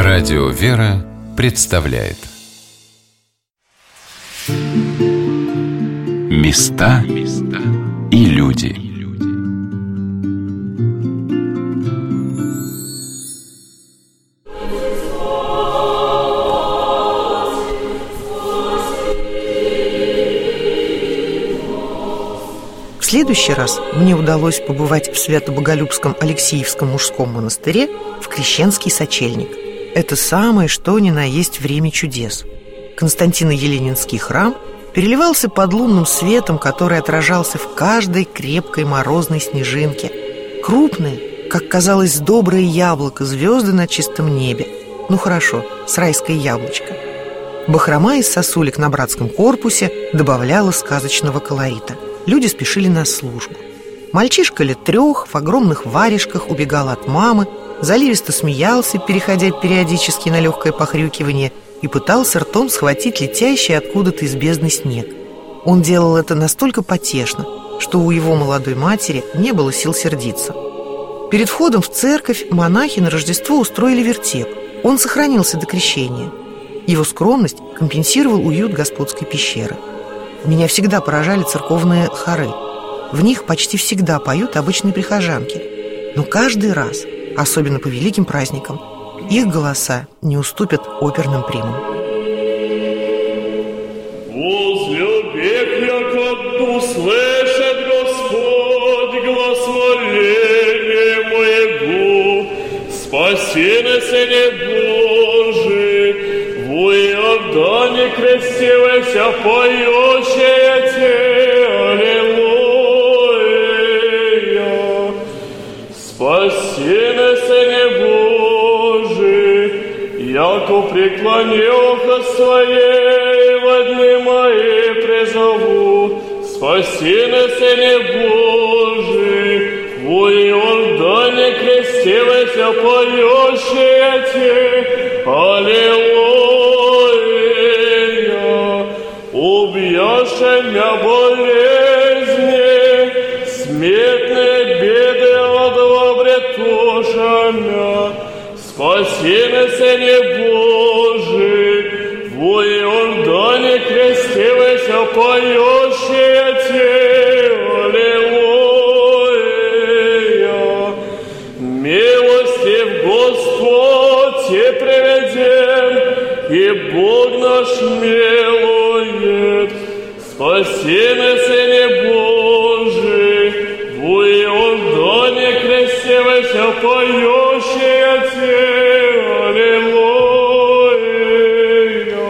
Радио «Вера» представляет Места и люди. В следующий раз мне удалось побывать в Свято-Боголюбском Алексеевском мужском монастыре в Крещенский сочельник. Это самое что ни на есть время чудес. Константино-Еленинский храм переливался под лунным светом, который отражался в каждой крепкой морозной снежинке. Крупные, как казалось, доброе яблоко, звезды на чистом небе. Ну хорошо, с райское яблочко. Бахрома из сосулек на братском корпусе добавляла сказочного колорита. Люди спешили на службу. Мальчишка лет 3 в огромных варежках убегал от мамы, заливисто смеялся, переходя периодически на легкое похрюкивание, и пытался ртом схватить летящий откуда-то из бездны снег. Он делал это настолько потешно, что у его молодой матери не было сил сердиться. Перед входом в церковь монахи на Рождество устроили вертеп. Он сохранился до крещения. Его скромность компенсировал уют господской пещеры. Меня всегда поражали церковные хоры. В них почти всегда поют обычные прихожанки. Но каждый раз, особенно по великим праздникам, их голоса не уступят оперным примам. Возлюбек я, как услышит Господь глас моления моего, спаси на Сыне Божий, во Иордане крестивайся, поющая те, аллилуйя. Спаси на Сыне Божий, яко преклонил ухо своей, во дни мои призову. Спаси на Сыне Божий, во Иордане крестивайся, поющая те, аллилуйя. Убьяше мя болезни, смертные беды одобретуша мя. Спаси на Сыне Божий, во Иордане крестивайся, поющая те, аллилуйя. Милостив Господь те приведем, и Бог наш милует. Спаси на Сыне Божий, во Иордане крестивайся, поющая те, аллилуйя.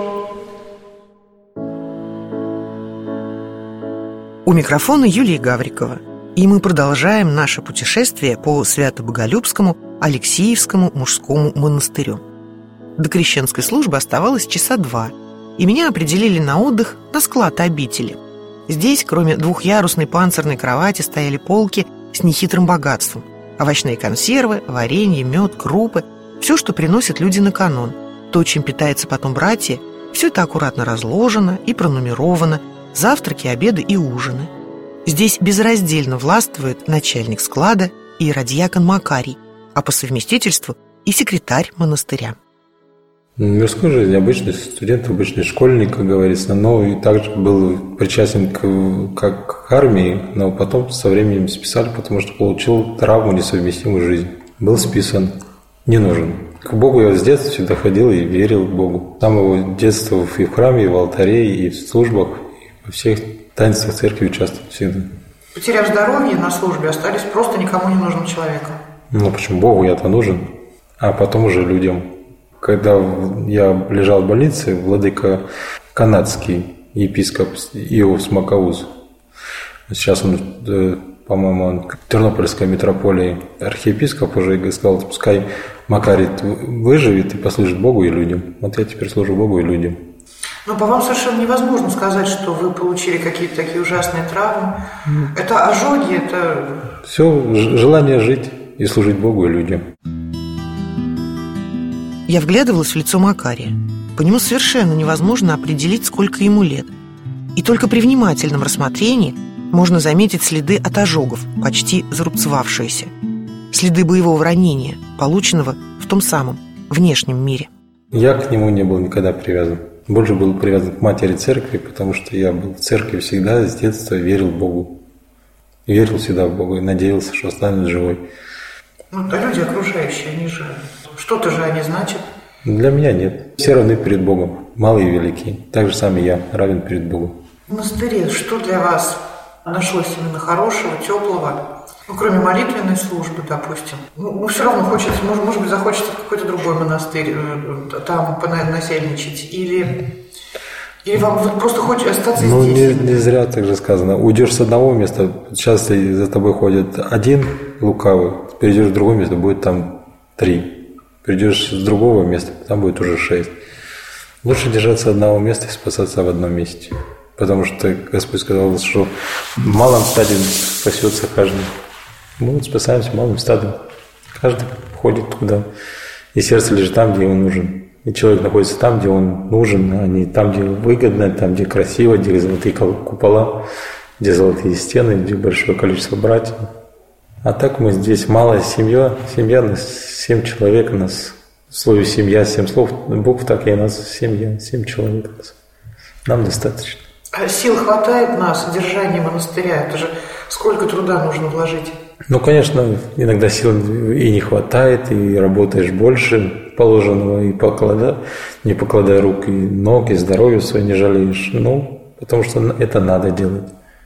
У микрофона Юлия Гаврикова. И мы продолжаем наше путешествие по Свято-Боголюбскому Алексеевскому мужскому монастырю. До крещенской службы оставалось часа 2, и меня определили на отдых на склад обители. Здесь, кроме двухъярусной панцирной кровати, стояли полки с нехитрым богатством: овощные консервы, варенье, мед, крупы, все, что приносят люди на канон, то, чем питаются потом братья. Все это аккуратно разложено и пронумеровано: завтраки, обеды и ужины. Здесь безраздельно властвует начальник склада и иеродьякон Макарий, а по совместительству и секретарь монастыря. Мирской жизни обычный студент, обычный школьник, как говорится, но и также был причастен к армии, но потом со временем списали, потому что получил травму, несовместимую с жизнью. Был списан, не нужен. К Богу я с детства всегда ходил и верил в Богу. С самого детства и в храме, и в алтаре, и в службах, и во всех таинствах церкви участвовал всегда. Потеряв здоровье на службе, остались просто никому не нужным человеком. Ну почему? Богу я-то нужен, а потом уже людям. Когда я лежал в больнице, владыка канадский, епископ Иов Смакауз, сейчас он, по-моему, он в Тернопольской митрополии архиепископ, уже сказал, пускай Макарий выживет и послужит Богу и людям. Вот я теперь служу Богу и людям. Но по вам совершенно невозможно сказать, что вы получили какие-то такие ужасные травмы. Это ожоги, это... Все, желание жить и служить Богу и людям. Я вглядывалась в лицо Макария. По нему совершенно невозможно определить, сколько ему лет. И только при внимательном рассмотрении можно заметить следы от ожогов, почти зарубцевавшиеся. Следы боевого ранения, полученного в том самом внешнем мире. Я к нему не был никогда привязан. Больше был привязан к матери церкви, потому что я был в церкви всегда, с детства верил Богу. Верил всегда в Бога и надеялся, что останусь живой. А люди окружающие, они же... Что-то же они значат. Для меня нет. Все равны перед Богом, малые и великие. Так же сам и я равен перед Богом. В монастыре что для вас нашлось именно хорошего, теплого? Кроме молитвенной службы, допустим. Все равно хочется, может быть, захочется в какой-то другой монастырь там понасельничать. Или вам просто хочется остаться здесь? Не зря так же сказано. Уйдешь с одного места, сейчас за тобой ходит один лукавый, перейдешь в другое место, будет там 3. Придешь с другого места, там будет уже 6. Лучше держаться одного места и спасаться в одном месте. Потому что Господь сказал, что малым стадом спасется каждый. Мы вот спасаемся малым стадом. Каждый ходит туда. И сердце лежит там, где ему нужен. И человек находится там, где он нужен, а не там, где выгодно, там, где красиво, где золотые купола, где золотые стены, где большое количество братьев. А так мы здесь малая семья, нас 7 человек, нас в слове семья, 7 слов, букв, так и у нас семья, 7 человек. Нам достаточно. А сил хватает на содержание монастыря? Это же сколько труда нужно вложить? Конечно, иногда сил и не хватает, и работаешь больше положенного, и не покладая рук и ног, и здоровья своего не жалеешь. Потому что это надо делать.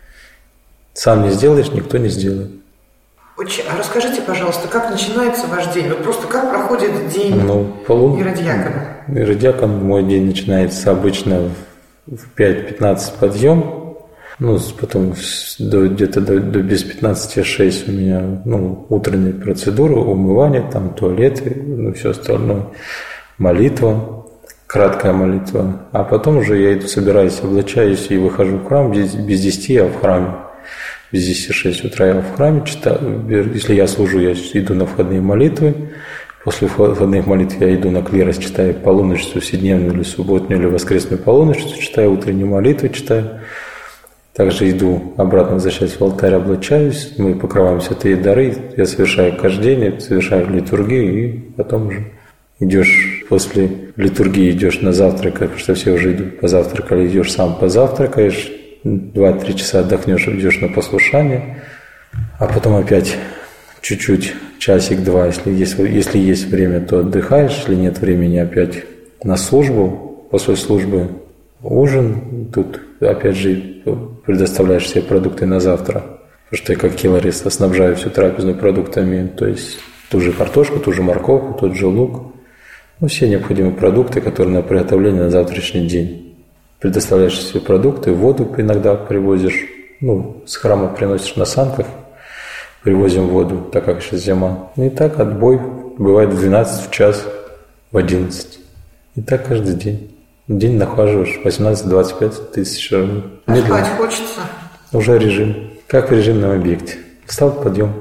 Сам не сделаешь, никто не сделает. А расскажите, пожалуйста, как начинается ваш день? Вот просто как проходит день иродиакона? Иродиакон, мой день начинается обычно в 5:15 подъем, потом где-то до без 15:06 у меня утренние процедуры, умывание, там туалеты, все остальное, молитва, краткая молитва, а потом уже я иду, собираюсь, облачаюсь и выхожу в храм, без 10 я в храме. Без 10:06 утра я в храме читаю, если я служу, я иду на входные молитвы. После входных молитв я иду на клирос, читаю полуночницу, вседневную или субботнюю или воскресную полуночницу, читаю утреннюю молитву, читаю. Также иду обратно, возвращаюсь в алтарь, облачаюсь, мы покрываем святые дары, я совершаю кождение, совершаю литургию, и потом уже идешь после литургии, идешь на завтрак, потому что все уже идут позавтракали, идешь сам позавтракаешь, 2-3 часа отдохнешь, идешь на послушание, а потом опять чуть-чуть, часик-два, если есть время, то отдыхаешь, если нет времени, опять на службу, после службы ужин, тут опять же предоставляешь все продукты на завтра, потому что я как киллерист снабжаю всю трапезную продуктами, то есть ту же картошку, ту же морковку, тот же лук, все необходимые продукты, которые на приготовление на завтрашний день. Предоставляешь все продукты, воду иногда привозишь, с храма приносишь на санках, привозим воду, так как сейчас зима. И так отбой бывает в 12, в час, в 11. И так каждый день. День нахаживаешь 18-25 тысяч. Спать хочется? Уже режим, как в режимном объекте. Встал, подъем.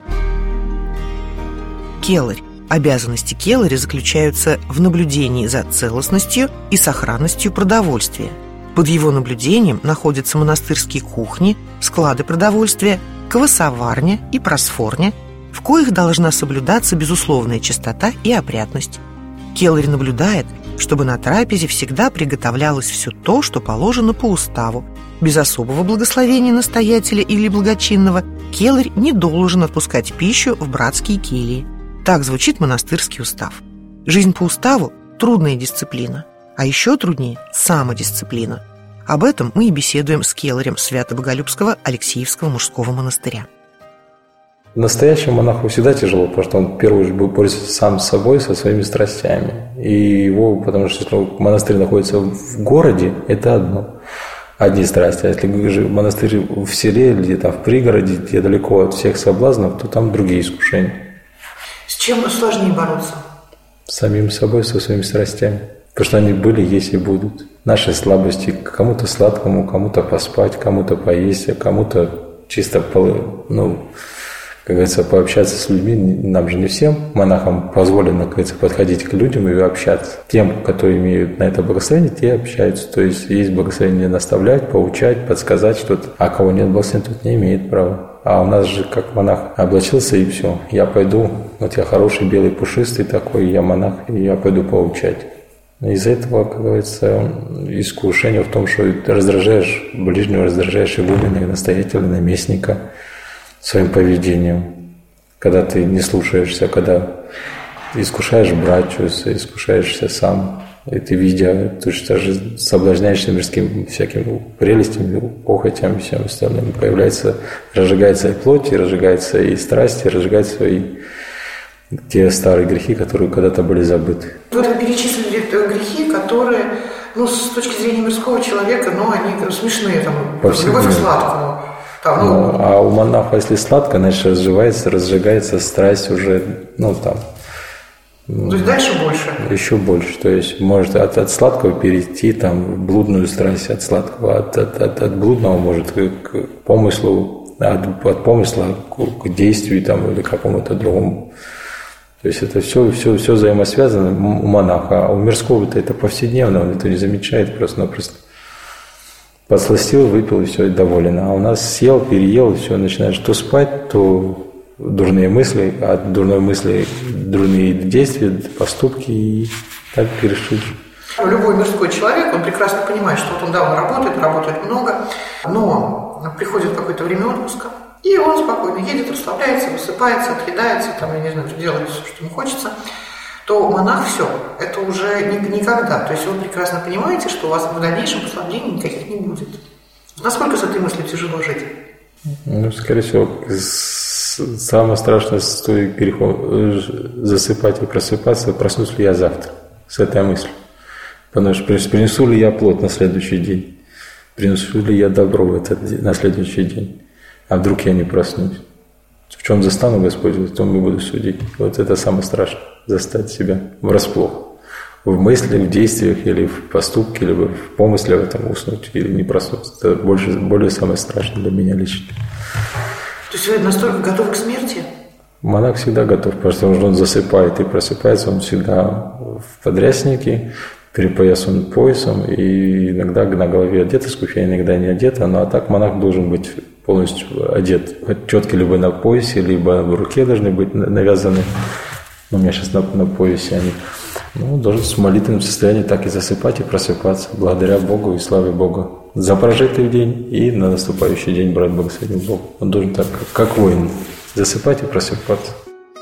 Келарь. Обязанности келаря заключаются в наблюдении за целостностью и сохранностью продовольствия. Под его наблюдением находятся монастырские кухни, склады продовольствия, квасоварня и просфорня, в коих должна соблюдаться безусловная чистота и опрятность. Келарь наблюдает, чтобы на трапезе всегда приготовлялось все то, что положено по уставу. Без особого благословения настоятеля или благочинного келарь не должен отпускать пищу в братские кельи. Так звучит монастырский устав. Жизнь по уставу – трудная дисциплина, а еще труднее – самодисциплина. Об этом мы и беседуем с келарем Свято-Боголюбского Алексеевского мужского монастыря. Настоящему монаху всегда тяжело, потому что он в первую очередь будет бороться сам с собой, со своими страстями. Потому что если монастырь находится в городе, это одни страсти. А если монастырь в селе или где-то в пригороде, где далеко от всех соблазнов, то там другие искушения. С чем сложнее бороться? С самим собой, со своими страстями. Потому что они были, есть и будут. Наши слабости, кому-то сладкому, кому-то поспать, кому-то поесть, а кому-то чисто как говорится, пообщаться с людьми. Нам же не всем монахам позволено, как говорится, подходить к людям и общаться. Тем, которые имеют на это благословение, те общаются. То есть есть благословение наставлять, поучать, подсказать что-то. А кого нет благословения, тот не имеет права. А у нас же как монах облачился и все. Я пойду, вот я хороший, белый, пушистый такой, я монах, и я пойду поучать. Из-за этого, как говорится, искушение в том, что ты раздражаешь ближнего, раздражаешь игумена, настоятеля, наместника своим поведением. Когда ты не слушаешься, когда ты искушаешь братью, искушаешься сам. И ты, видя, ты же даже соблазняешься мирским всякими прелестями, похотями, всем остальным. Появляется, разжигается и плоть, и разжигается и страсть, и разжигаются свои те старые грехи, которые когда-то были забыты. Вот вы перечислили грехи, которые, с точки зрения мирского человека, они смешные, любовь к сладкому. А у монаха, если сладко, значит, разжигается страсть уже, то есть дальше больше? Еще больше. То есть может от сладкого перейти в блудную страсть, от сладкого, от блудного может к помыслу, от помысла к действию или к какому-то другому. То есть это все взаимосвязано у монаха, а у мирского-то это повседневно, он это не замечает просто-напросто. Подсластил, выпил и все, и доволен. А у нас съел, переел, и все, начинаешь то спать, то дурные мысли, а от дурной мысли дурные действия, поступки, и так грешишь. Любой мирской человек, он прекрасно понимает, что он работает много, но приходит какое-то время отпуска, и он спокойно едет, расслабляется, высыпается, отъедается, делает все, что ему хочется, то монах все, это уже никогда. То есть вы прекрасно понимаете, что у вас в дальнейшем послаблений никаких не будет. Насколько с этой мыслью тяжело жить? Скорее всего, самое страшное стоит грехом засыпать и просыпаться, проснусь ли я завтра с этой мыслью. Потому что принесу ли я плод на следующий день, принесу ли я добро на следующий день, а вдруг я не проснусь. В чем застану Господь, в том и буду судить. Вот это самое страшное, застать себя врасплох. В мыслях, в действиях или в поступке, либо в помысле в этом уснуть или не проснуться. Это более самое страшное для меня лично. То есть вы настолько готовы к смерти? Монах всегда готов, потому что он засыпает и просыпается, он всегда в подряснике, перепоясан поясом, и иногда на голове одета скуфья, иногда не одета, а так монах должен быть полностью одет. Четки либо на поясе, либо в руке должны быть навязаны. У меня сейчас на поясе они. Должен в молитвенном состоянии так и засыпать и просыпаться, благодаря Богу и славе Богу. За прожитый день и на наступающий день брать благословение Богу. Он должен так, как воин, засыпать и просыпаться.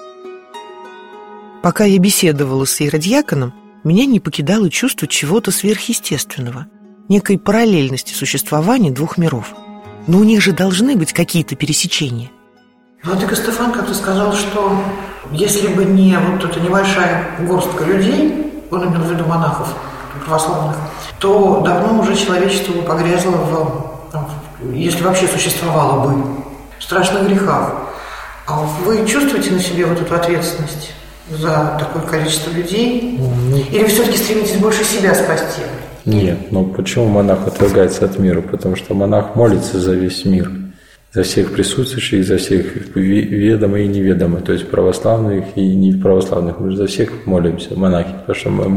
Пока я беседовала с иеродьяконом, меня не покидало чувство чего-то сверхъестественного, некой параллельности существования двух миров. Но у них же должны быть какие-то пересечения. Владыка Стефан как-то сказал, что если бы не вот эта небольшая горстка людей, он имел в виду монахов православных, то давно уже человечество бы погрязло если вообще существовало бы, в страшных грехах. А вы чувствуете на себе вот эту ответственность за такое количество людей? Или вы все-таки стремитесь больше себя спасти? Нет, почему монах отвергается от мира? Потому что монах молится за весь мир, за всех присутствующих, за всех ведомых и неведомых, то есть православных и неправославных. Мы же за всех молимся, монахи, потому что мы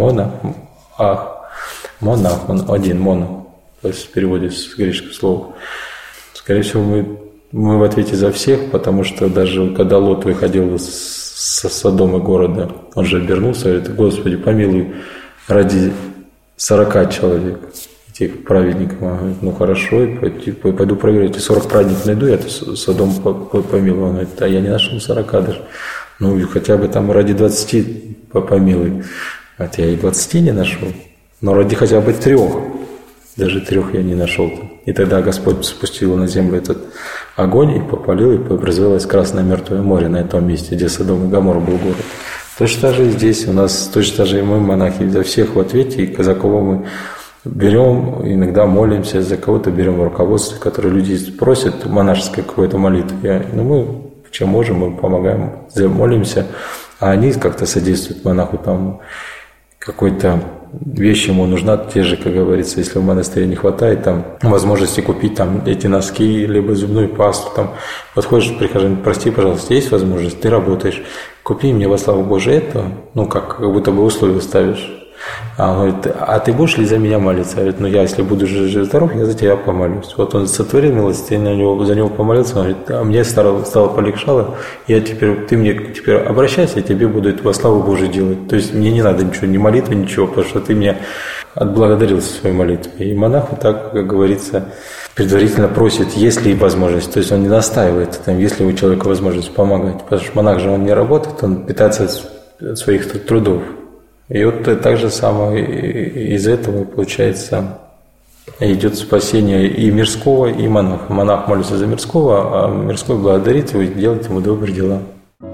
монах, он один, моно, то есть в переводе с греческого слова. Скорее всего, мы в ответе за всех, потому что даже когда Лот выходил с Содома города, он же обернулся и говорит: Господи, помилуй, ради 40 человек, этих праведников. Он говорит: хорошо, пойду проверю, эти 40 праведников найду, я Содом помилую. Он говорит: я не нашел 40 даже. Хотя бы там ради 20 помилуй. Говорит: я и 20 не нашел, но ради хотя бы 3. Даже 3 я не нашел. И тогда Господь спустил на землю этот огонь и попалил, и образовалось Красное Мертвое море на этом месте, где Содом и Гоморра был город. Точно так же и здесь у нас, точно так же и мы, монахи, за всех в ответе, и за кого мы берем, иногда молимся, за кого-то берем руководство, которое люди просят, монашеской какой-то молитвы. Мы чем можем, мы помогаем, молимся, а они как-то содействуют монаху, какой-то вещи ему нужна, те же, как говорится, если в монастыре не хватает там возможности купить там эти носки, либо зубную пасту, там, подходишь, прихожан, прости, пожалуйста, есть возможность, ты работаешь, купи мне во славу Божию это, ну, как будто бы условия ставишь. Он говорит, а ты будешь ли за меня молиться? Я говорю, я, если буду жив-здоров, я за тебя помолюсь. Вот он сотворил милость, я за него помолился, он говорит, а мне стало полегчало, ты мне теперь обращайся, я тебе буду это во славу Божию делать. То есть мне не надо ничего, ни молитвы, ничего, потому что ты меня отблагодарил за свою молитву. И монах вот так, как говорится, предварительно просит, есть ли возможность. То есть он не настаивает, есть ли у человека возможность помогать. Потому что монах же он не работает, он питается от своих трудов. И вот так же самое из этого, получается, идет спасение и мирского, и монаха. Монах молится за мирского, а мирской благодарит его и делает ему добрые дела.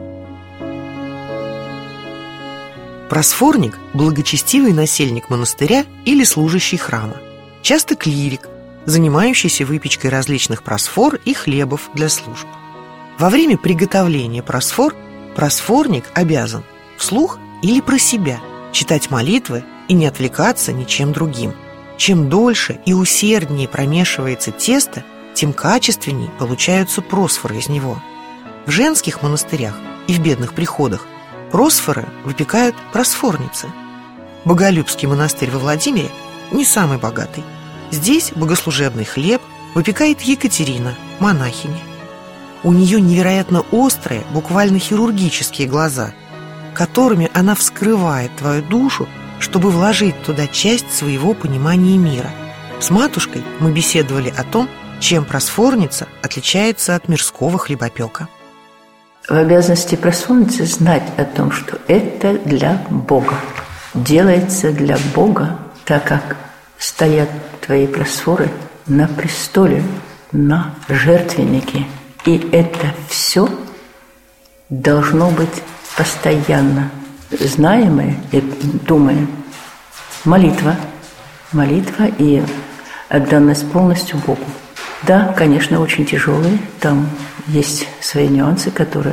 Просфорник – благочестивый насельник монастыря или служащий храма. Часто клирик, занимающийся выпечкой различных просфор и хлебов для служб. Во время приготовления просфор просфорник обязан вслух или про себя читать молитвы и не отвлекаться ничем другим. Чем дольше и усерднее промешивается тесто, тем качественнее получаются просфоры из него. В женских монастырях и в бедных приходах просфоры выпекают просфорницы. Боголюбский монастырь во Владимире не самый богатый. Здесь богослужебный хлеб выпекает Екатерина, монахиня. У нее невероятно острые, буквально хирургические глаза, которыми она вскрывает твою душу, чтобы вложить туда часть своего понимания мира. С матушкой мы беседовали о том, чем просфорница отличается от мирского хлебопека. В обязанности просфорницы знать о том, что это для Бога. Делается для Бога, так как стоят твои просфоры на престоле, на жертвеннике. И это все должно быть постоянно знаемое и думаем. Молитва и отданность полностью Богу. Да, конечно, очень тяжелые, там есть свои нюансы, которые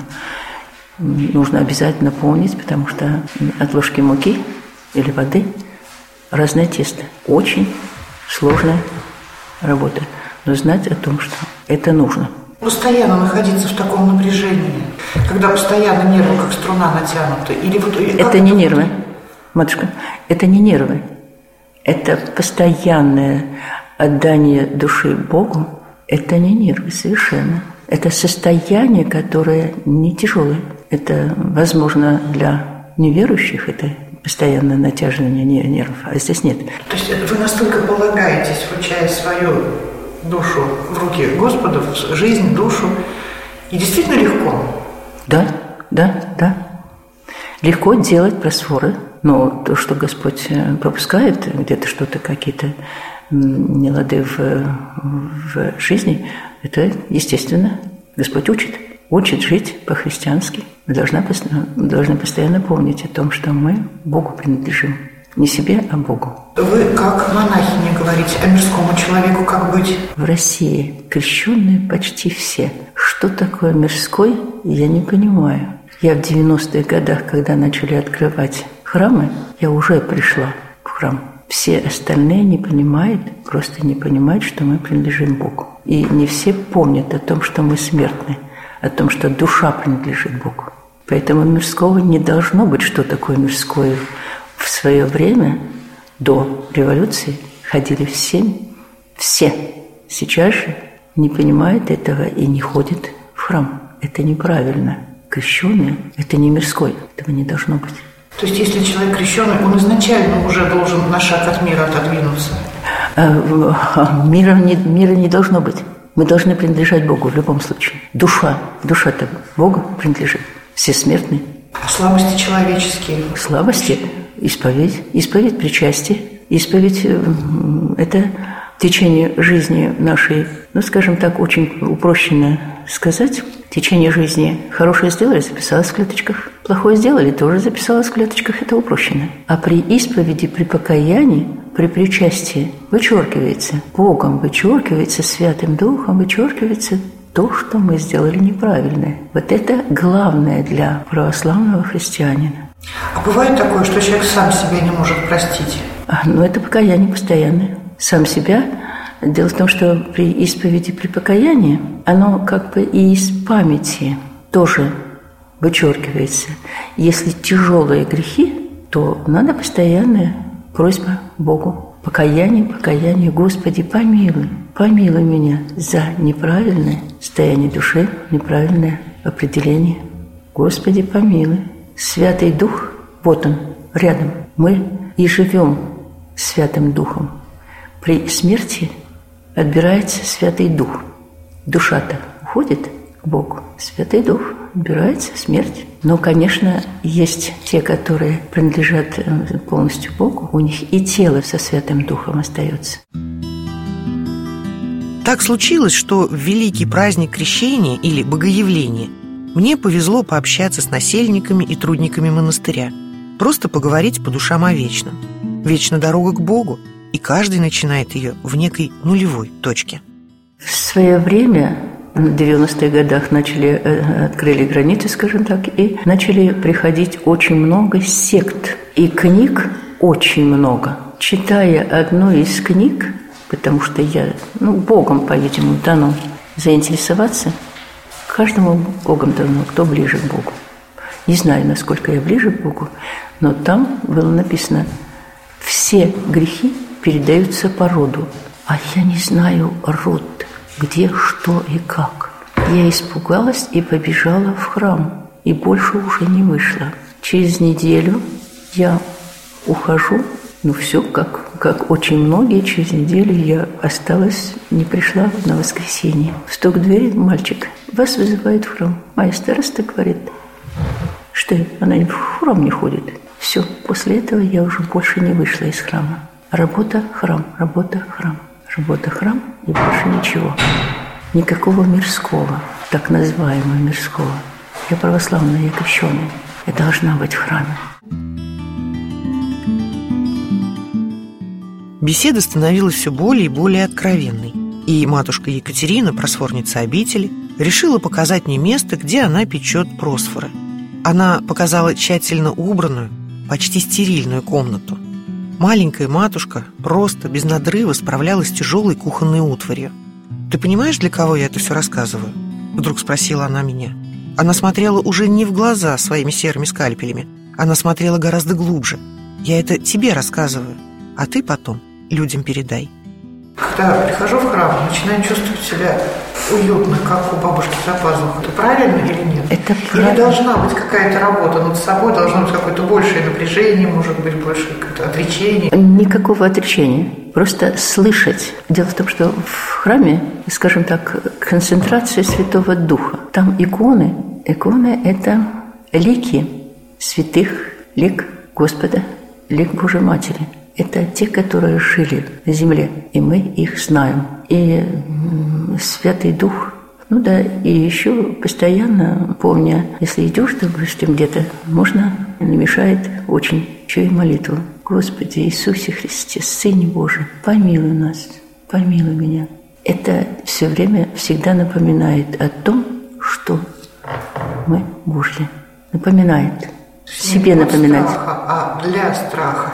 нужно обязательно помнить, потому что от ложки муки или воды разное тесто. Очень сложная работа, но знать о том, что это нужно. Постоянно находиться в таком напряжении, когда постоянно нервы, как струна, натянуты. Это не нервы, матушка, это не нервы. Это постоянное отдание души Богу. Это не нервы совершенно. Это состояние, которое не тяжелое. Это, возможно, для неверующих, это постоянное натяживание нервов, а здесь нет. То есть вы настолько полагаетесь, вручая свою душу в руки Господа, в жизнь, душу, и действительно легко? Да. Легко делать просфоры, но то, что Господь пропускает, где-то что-то, какие-то нелады в жизни, это естественно. Господь учит жить по-христиански. Мы должны постоянно помнить о том, что мы Богу принадлежим. Не себе, а Богу. Вы, как монахиня, говорите, а мирскому человеку как быть? В России крещенные почти все. Что такое мирской, я не понимаю. Я в 90-х годах, когда начали открывать храмы, я уже пришла в храм. Все остальные не понимают, просто не понимают, что мы принадлежим Богу. И не все помнят о том, что мы смертны, о том, что душа принадлежит Богу. Поэтому мирского не должно быть. Что такое мирское? В свое время, до революции, ходили все. Сейчас же не понимают этого и не ходят в храм. Это неправильно. Крещеный – это не мирской. Этого не должно быть. То есть, если человек крещеный, он изначально уже должен на шаг от мира отодвинуться? Мира не должно быть. Мы должны принадлежать Богу в любом случае. Душа-то Богу принадлежит. Все смертные. А слабости человеческие? Слабости – исповедь причастие. Исповедь – это течение жизни нашей, скажем так, очень упрощенно сказать. Течение жизни хорошее сделали – записалось в клеточках. Плохое сделали – тоже записалось в клеточках. Это упрощенно. А при исповеди, при покаянии, при причастии вычеркивается Богом, вычеркивается Святым Духом, вычеркивается то, что мы сделали неправильное. Вот это главное для православного христианина. А бывает такое, что человек сам себя не может простить? Это покаяние постоянное. Сам себя. Дело в том, что при исповеди, при покаянии, оно как бы и из памяти тоже вычеркивается. Если тяжелые грехи, то надо постоянная просьба Богу. Покаяние, Господи, помилуй меня за неправильное состояние души, неправильное определение. Господи, помилуй. Святый Дух, вот Он, рядом. Мы и живем Святым Духом. При смерти отбирается Святый Дух. Душа-то уходит к Богу. Святый Дух отбирается, смерть. Но, конечно, есть те, которые принадлежат полностью Богу. У них и тело со Святым Духом остается. Так случилось, что в великий праздник Крещения или Богоявления мне повезло пообщаться с насельниками и трудниками монастыря. Просто поговорить по душам о вечном. Вечна дорога к Богу, и каждый начинает ее в некой нулевой точке. В свое время, в 90-х годах, открыли границы, скажем так, и начали приходить очень много сект. И книг очень много. Читая одну из книг, потому что я, Богом, по-видимому, дано заинтересоваться, каждому Богом дано, кто ближе к Богу. Не знаю, насколько я ближе к Богу, но там было написано: все грехи передаются по роду, а я не знаю род, где, что и как. Я испугалась и побежала в храм, и больше уже не вышла. Через неделю я ухожу, все как очень многие, через неделю я осталась, не пришла на воскресенье. Стук в дверь, мальчик: вас вызывают в храм. Моя староста говорит: что она в храм не ходит. Все, после этого я уже больше не вышла из храма. Работа, храм, работа, храм, работа, храм и больше ничего. Никакого мирского, так называемого мирского. Я православная, я крещеная. Я должна быть в храме. Беседа становилась все более и более откровенной. И матушка Екатерина, просворница обители, решила показать мне место, где она печет просфоры. Она показала тщательно убранную, почти стерильную комнату. Маленькая матушка просто, без надрыва, справлялась с тяжелой кухонной утварью. «Ты понимаешь, для кого я это все рассказываю?» Вдруг спросила она меня. Она смотрела уже не в глаза своими серыми скальпелями. Она смотрела гораздо глубже. «Я это тебе рассказываю, а ты потом людям передай». Когда прихожу в храм, начинаю чувствовать себя уютно, как у бабушки за пазухой. Это правильно или нет? Это правильно. Или должна быть какая-то работа над собой, должно быть какое-то большее напряжение, может быть, больше какое-то отречение? Никакого отречения. Просто слышать. Дело в том, что в храме, скажем так, концентрация Святого Духа. Там иконы. Иконы – это лики святых, лик Господа, лик Божьей Матери. Это те, которые жили на земле, и мы их знаем. И Святый Дух, и еще постоянно помня, если идешь, допустим, где-то, не мешает очень еще и молитву. Господи Иисусе Христе, Сыне Божий, помилуй нас, помилуй меня. Это все время всегда напоминает о том, что мы Божьи. Напоминает. Себе напоминает. Страха, а для страха.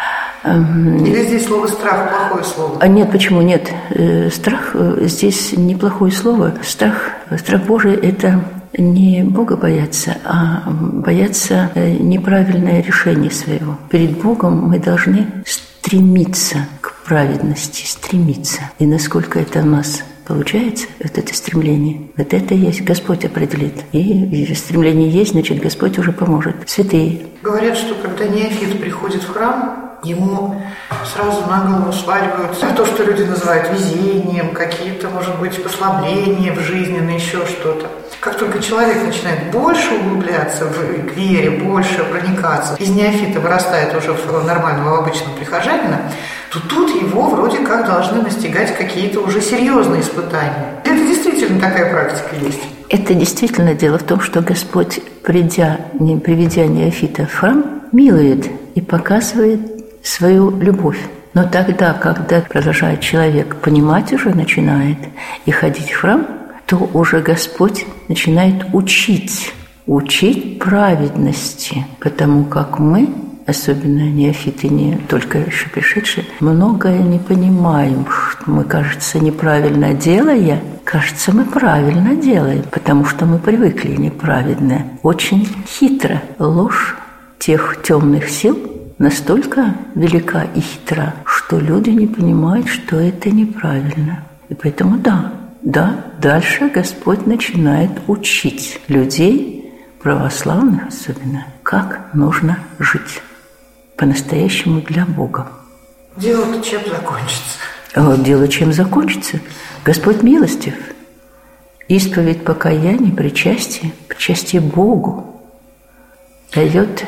Или здесь слово «страх» плохое слово? Нет, почему нет? Страх здесь неплохое слово. Страх Божий – это не Бога бояться, а бояться неправильное решение своего. Перед Богом мы должны стремиться к праведности, стремиться. И насколько это у нас получается, это стремление, это есть, Господь определит. И стремление есть, значит, Господь уже поможет. Святые. Говорят, что когда неофит приходит в храм, ему сразу на голову сваливаются то, что люди называют везением, какие-то, может быть, послабления в жизни, еще что-то. Как только человек начинает больше углубляться к вере, больше проникаться, из неофита вырастает уже в нормального, в обычного прихожанина, то тут его вроде как должны настигать какие-то уже серьезные испытания. Это действительно такая практика есть? Это действительно дело в том, что Господь, приведя неофита в храм, милует и показывает свою любовь. Но тогда, когда продолжает человек понимать уже начинает и ходить в храм, то уже Господь начинает учить учить праведности, потому как мы, особенно неофиты, не только еще пришедшие, многое не понимаем, что мы, кажется, неправильно делая, кажется, мы правильно делаем, потому что мы привыкли неправильно. Очень хитро ложь тех темных сил настолько велика и хитра, что люди не понимают, что это неправильно. И поэтому да, дальше Господь начинает учить людей, православных особенно, как нужно жить по-настоящему для Бога. Дело-то чем закончится? Дело чем закончится? Господь милостив. Исповедь покаяния, причастие Богу дает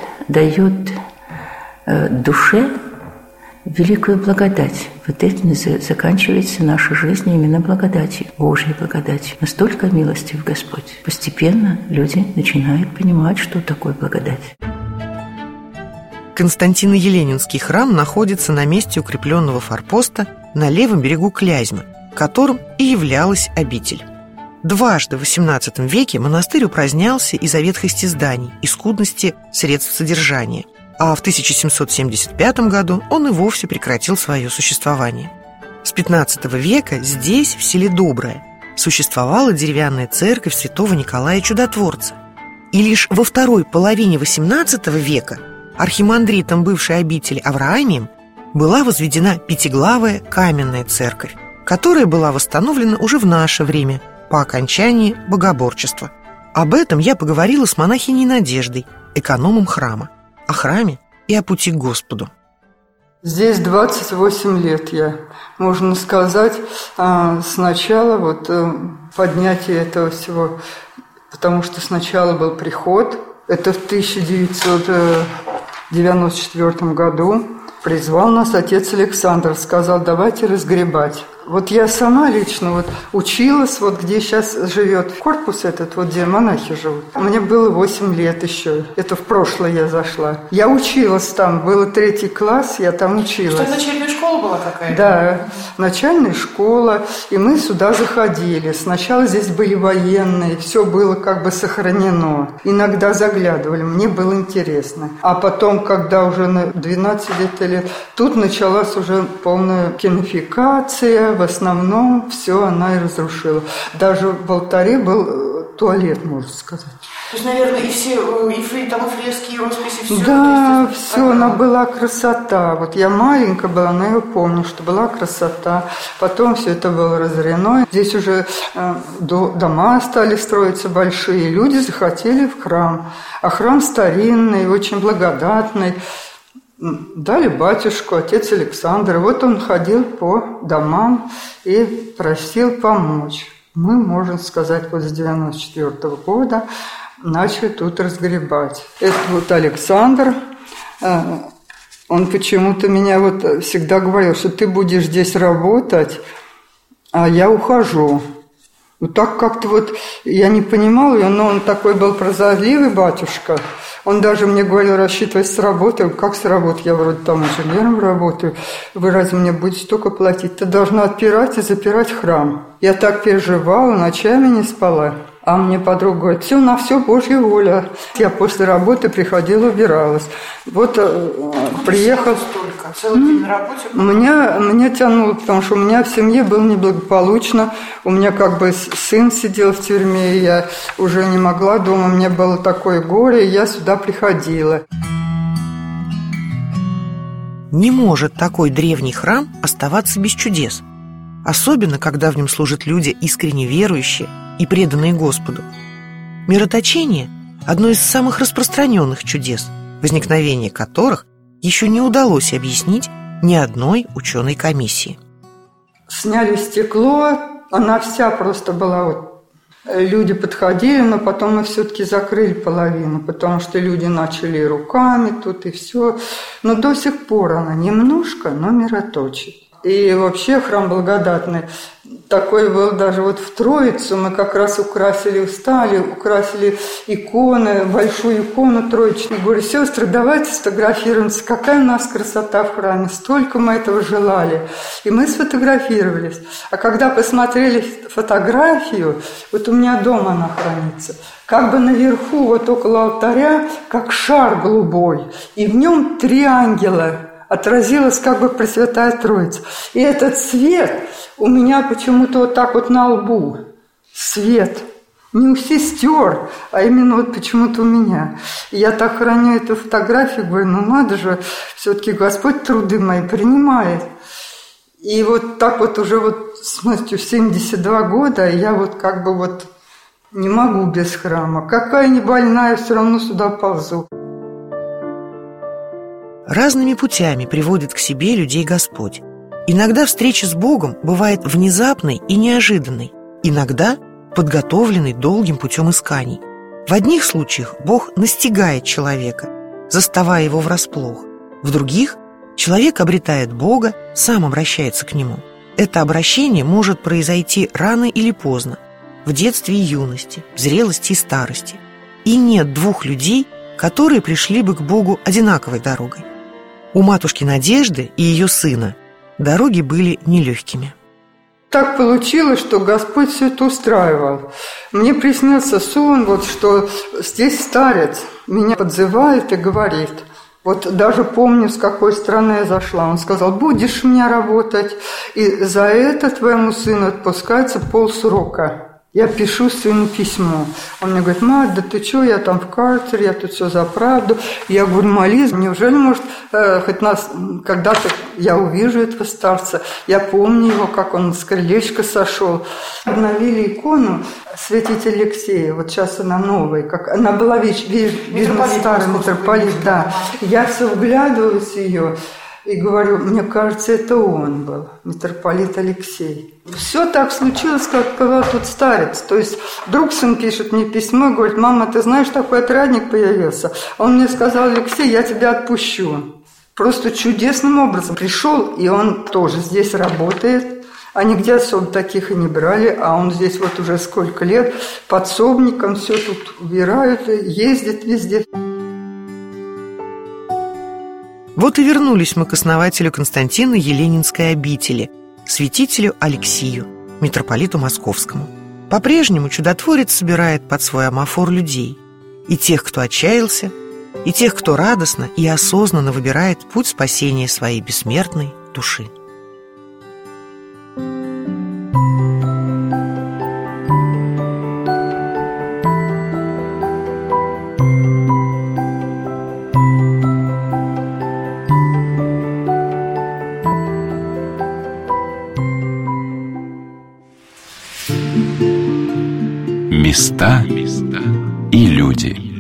душе великую благодать. Вот этим заканчивается наша жизнь именно благодатью, Божьей благодатью. Настолько милостив Господь. Постепенно люди начинают понимать, что такое благодать. Константино-Еленинский храм находится на месте укрепленного форпоста на левом берегу Клязьмы, которым и являлась обитель. Дважды в XVIII веке монастырь упразднялся из-за ветхости зданий и скудности средств содержания, а в 1775 году он и вовсе прекратил свое существование. С XV века здесь, в селе Доброе, существовала деревянная церковь святого Николая Чудотворца. И лишь во второй половине XVIII века архимандритом бывшей обители Авраамием была возведена пятиглавая каменная церковь, которая была восстановлена уже в наше время по окончании богоборчества. Об этом я поговорила с монахиней Надеждой, экономом храма, о храме и о пути к Господу. Здесь 28 лет я, можно сказать, с начала поднятия этого всего, потому что сначала был приход, это в 1994 году, призвал нас отец Александр, сказал: давайте разгребать. Вот я сама лично училась, где сейчас живет корпус этот, где монахи живут. Мне было 8 лет еще. Это в прошлое я зашла. Я училась там, было 3 класс, я там училась. Что, начальная школа была какая-то? Да, начальная школа, и мы сюда заходили. Сначала здесь были военные, все было сохранено. Иногда заглядывали, мне было интересно. А потом, когда уже на 12 лет, тут началась уже полная кинофикация. В основном все она и разрушила. Даже в алтаре был туалет, можно сказать. То есть, наверное, и фрески, и росписи, все. Да, все, она была красота. Я маленькая была, но я помню, что была красота. Потом все это было разорено. Здесь уже дома стали строиться большие. Люди захотели в храм. А храм старинный, очень благодатный. Дали батюшку, отец Александр. Он ходил по домам и просил помочь. Мы, можно сказать, с 94 года начали тут разгребать. Это Александр, он почему-то меня всегда говорил, что ты будешь здесь работать, а я ухожу. Так как-то я не понимала ее, но он такой был прозорливый батюшка. Он даже мне говорил: рассчитывай с работы. Как с работы? Я вроде там инженером работаю. Вы разве мне будете столько платить? Ты должна отпирать и запирать храм. Я так переживала, ночами не спала. А мне подруга говорит: все на все Божья воля. Я после работы приходила, убиралась. Приехал. Целый день на работе? Меня тянуло, потому что у меня в семье было неблагополучно. У меня сын сидел в тюрьме, и я уже не могла дома. Мне было такое горе, и я сюда приходила. Не может такой древний храм оставаться без чудес, особенно когда в нем служат люди искренне верующие и преданные Господу. Мироточение – одно из самых распространенных чудес, возникновение которых еще не удалось объяснить ни одной ученой комиссии. Сняли стекло, она вся просто была Люди подходили, но потом мы все-таки закрыли половину, потому что люди начали руками тут и все. Но до сих пор она немножко, но мироточит. И вообще храм благодатный такой был, даже вот в Троицу мы как раз украсили иконы, большую икону троечную. Говорю, сестры, давайте сфотографируемся, какая у нас красота в храме, столько мы этого желали. И мы сфотографировались. А когда посмотрели фотографию, вот у меня дома она хранится, как бы наверху, вот около алтаря, как шар голубой, и в нем 3 ангела. Отразилась как бы Пресвятая Троица. И этот свет у меня почему-то вот так вот на лбу. Свет. Не у сестер, а именно вот почему-то у меня. И я так храню эту фотографию, говорю, ну надо же, все-таки Господь труды мои принимает. И вот так вот уже вот смертью 72 года я вот как бы вот не могу без храма. Какая ни больная, все равно сюда ползу. Разными путями приводит к себе людей Господь. Иногда встреча с Богом бывает внезапной и неожиданной, иногда подготовленной долгим путем исканий. В одних случаях Бог настигает человека, заставая его врасплох. В других человек обретает Бога, сам обращается к Нему. Это обращение может произойти рано или поздно, в детстве и юности, в зрелости и старости. И нет 2 людей, которые пришли бы к Богу одинаковой дорогой. У матушки Надежды и ее сына дороги были нелегкими. Так получилось, что Господь все это устраивал. Мне приснился сон, вот что здесь старец меня подзывает и говорит. Вот даже помню, с какой страны я зашла. Он сказал, будешь у меня работать, и за это твоему сыну отпускается полсрока. Я пишу сыну письмо. Он мне говорит, мать, да ты что, я там в карцере, я тут все за правду. Я говорю, молись, неужели, может, хоть нас когда-то я увижу этого старца. Я помню его, как он с крылечка сошел. Обновили икону святителя Алексея, вот сейчас она новая, как она была, видно, старый митрополит, да. Я все вглядываюсь в ее. И говорю, мне кажется, это он был, митрополит Алексей. Все так случилось, как когда тут старец. То есть вдруг сын пишет мне письмо и говорит, мама, ты знаешь, такой отрядник появился. Он мне сказал, Алексей, я тебя отпущу. Просто чудесным образом пришел, и он тоже здесь работает. А нигде особо таких и не брали, а он здесь вот уже сколько лет подсобником, все тут убирают, ездит везде. Вот и вернулись мы к основателю Константина Еленинской обители, святителю Алексию, митрополиту Московскому. По-прежнему чудотворец собирает под свой амафор людей. И тех, кто отчаялся, и тех, кто радостно и осознанно выбирает путь спасения своей бессмертной души. Места и люди.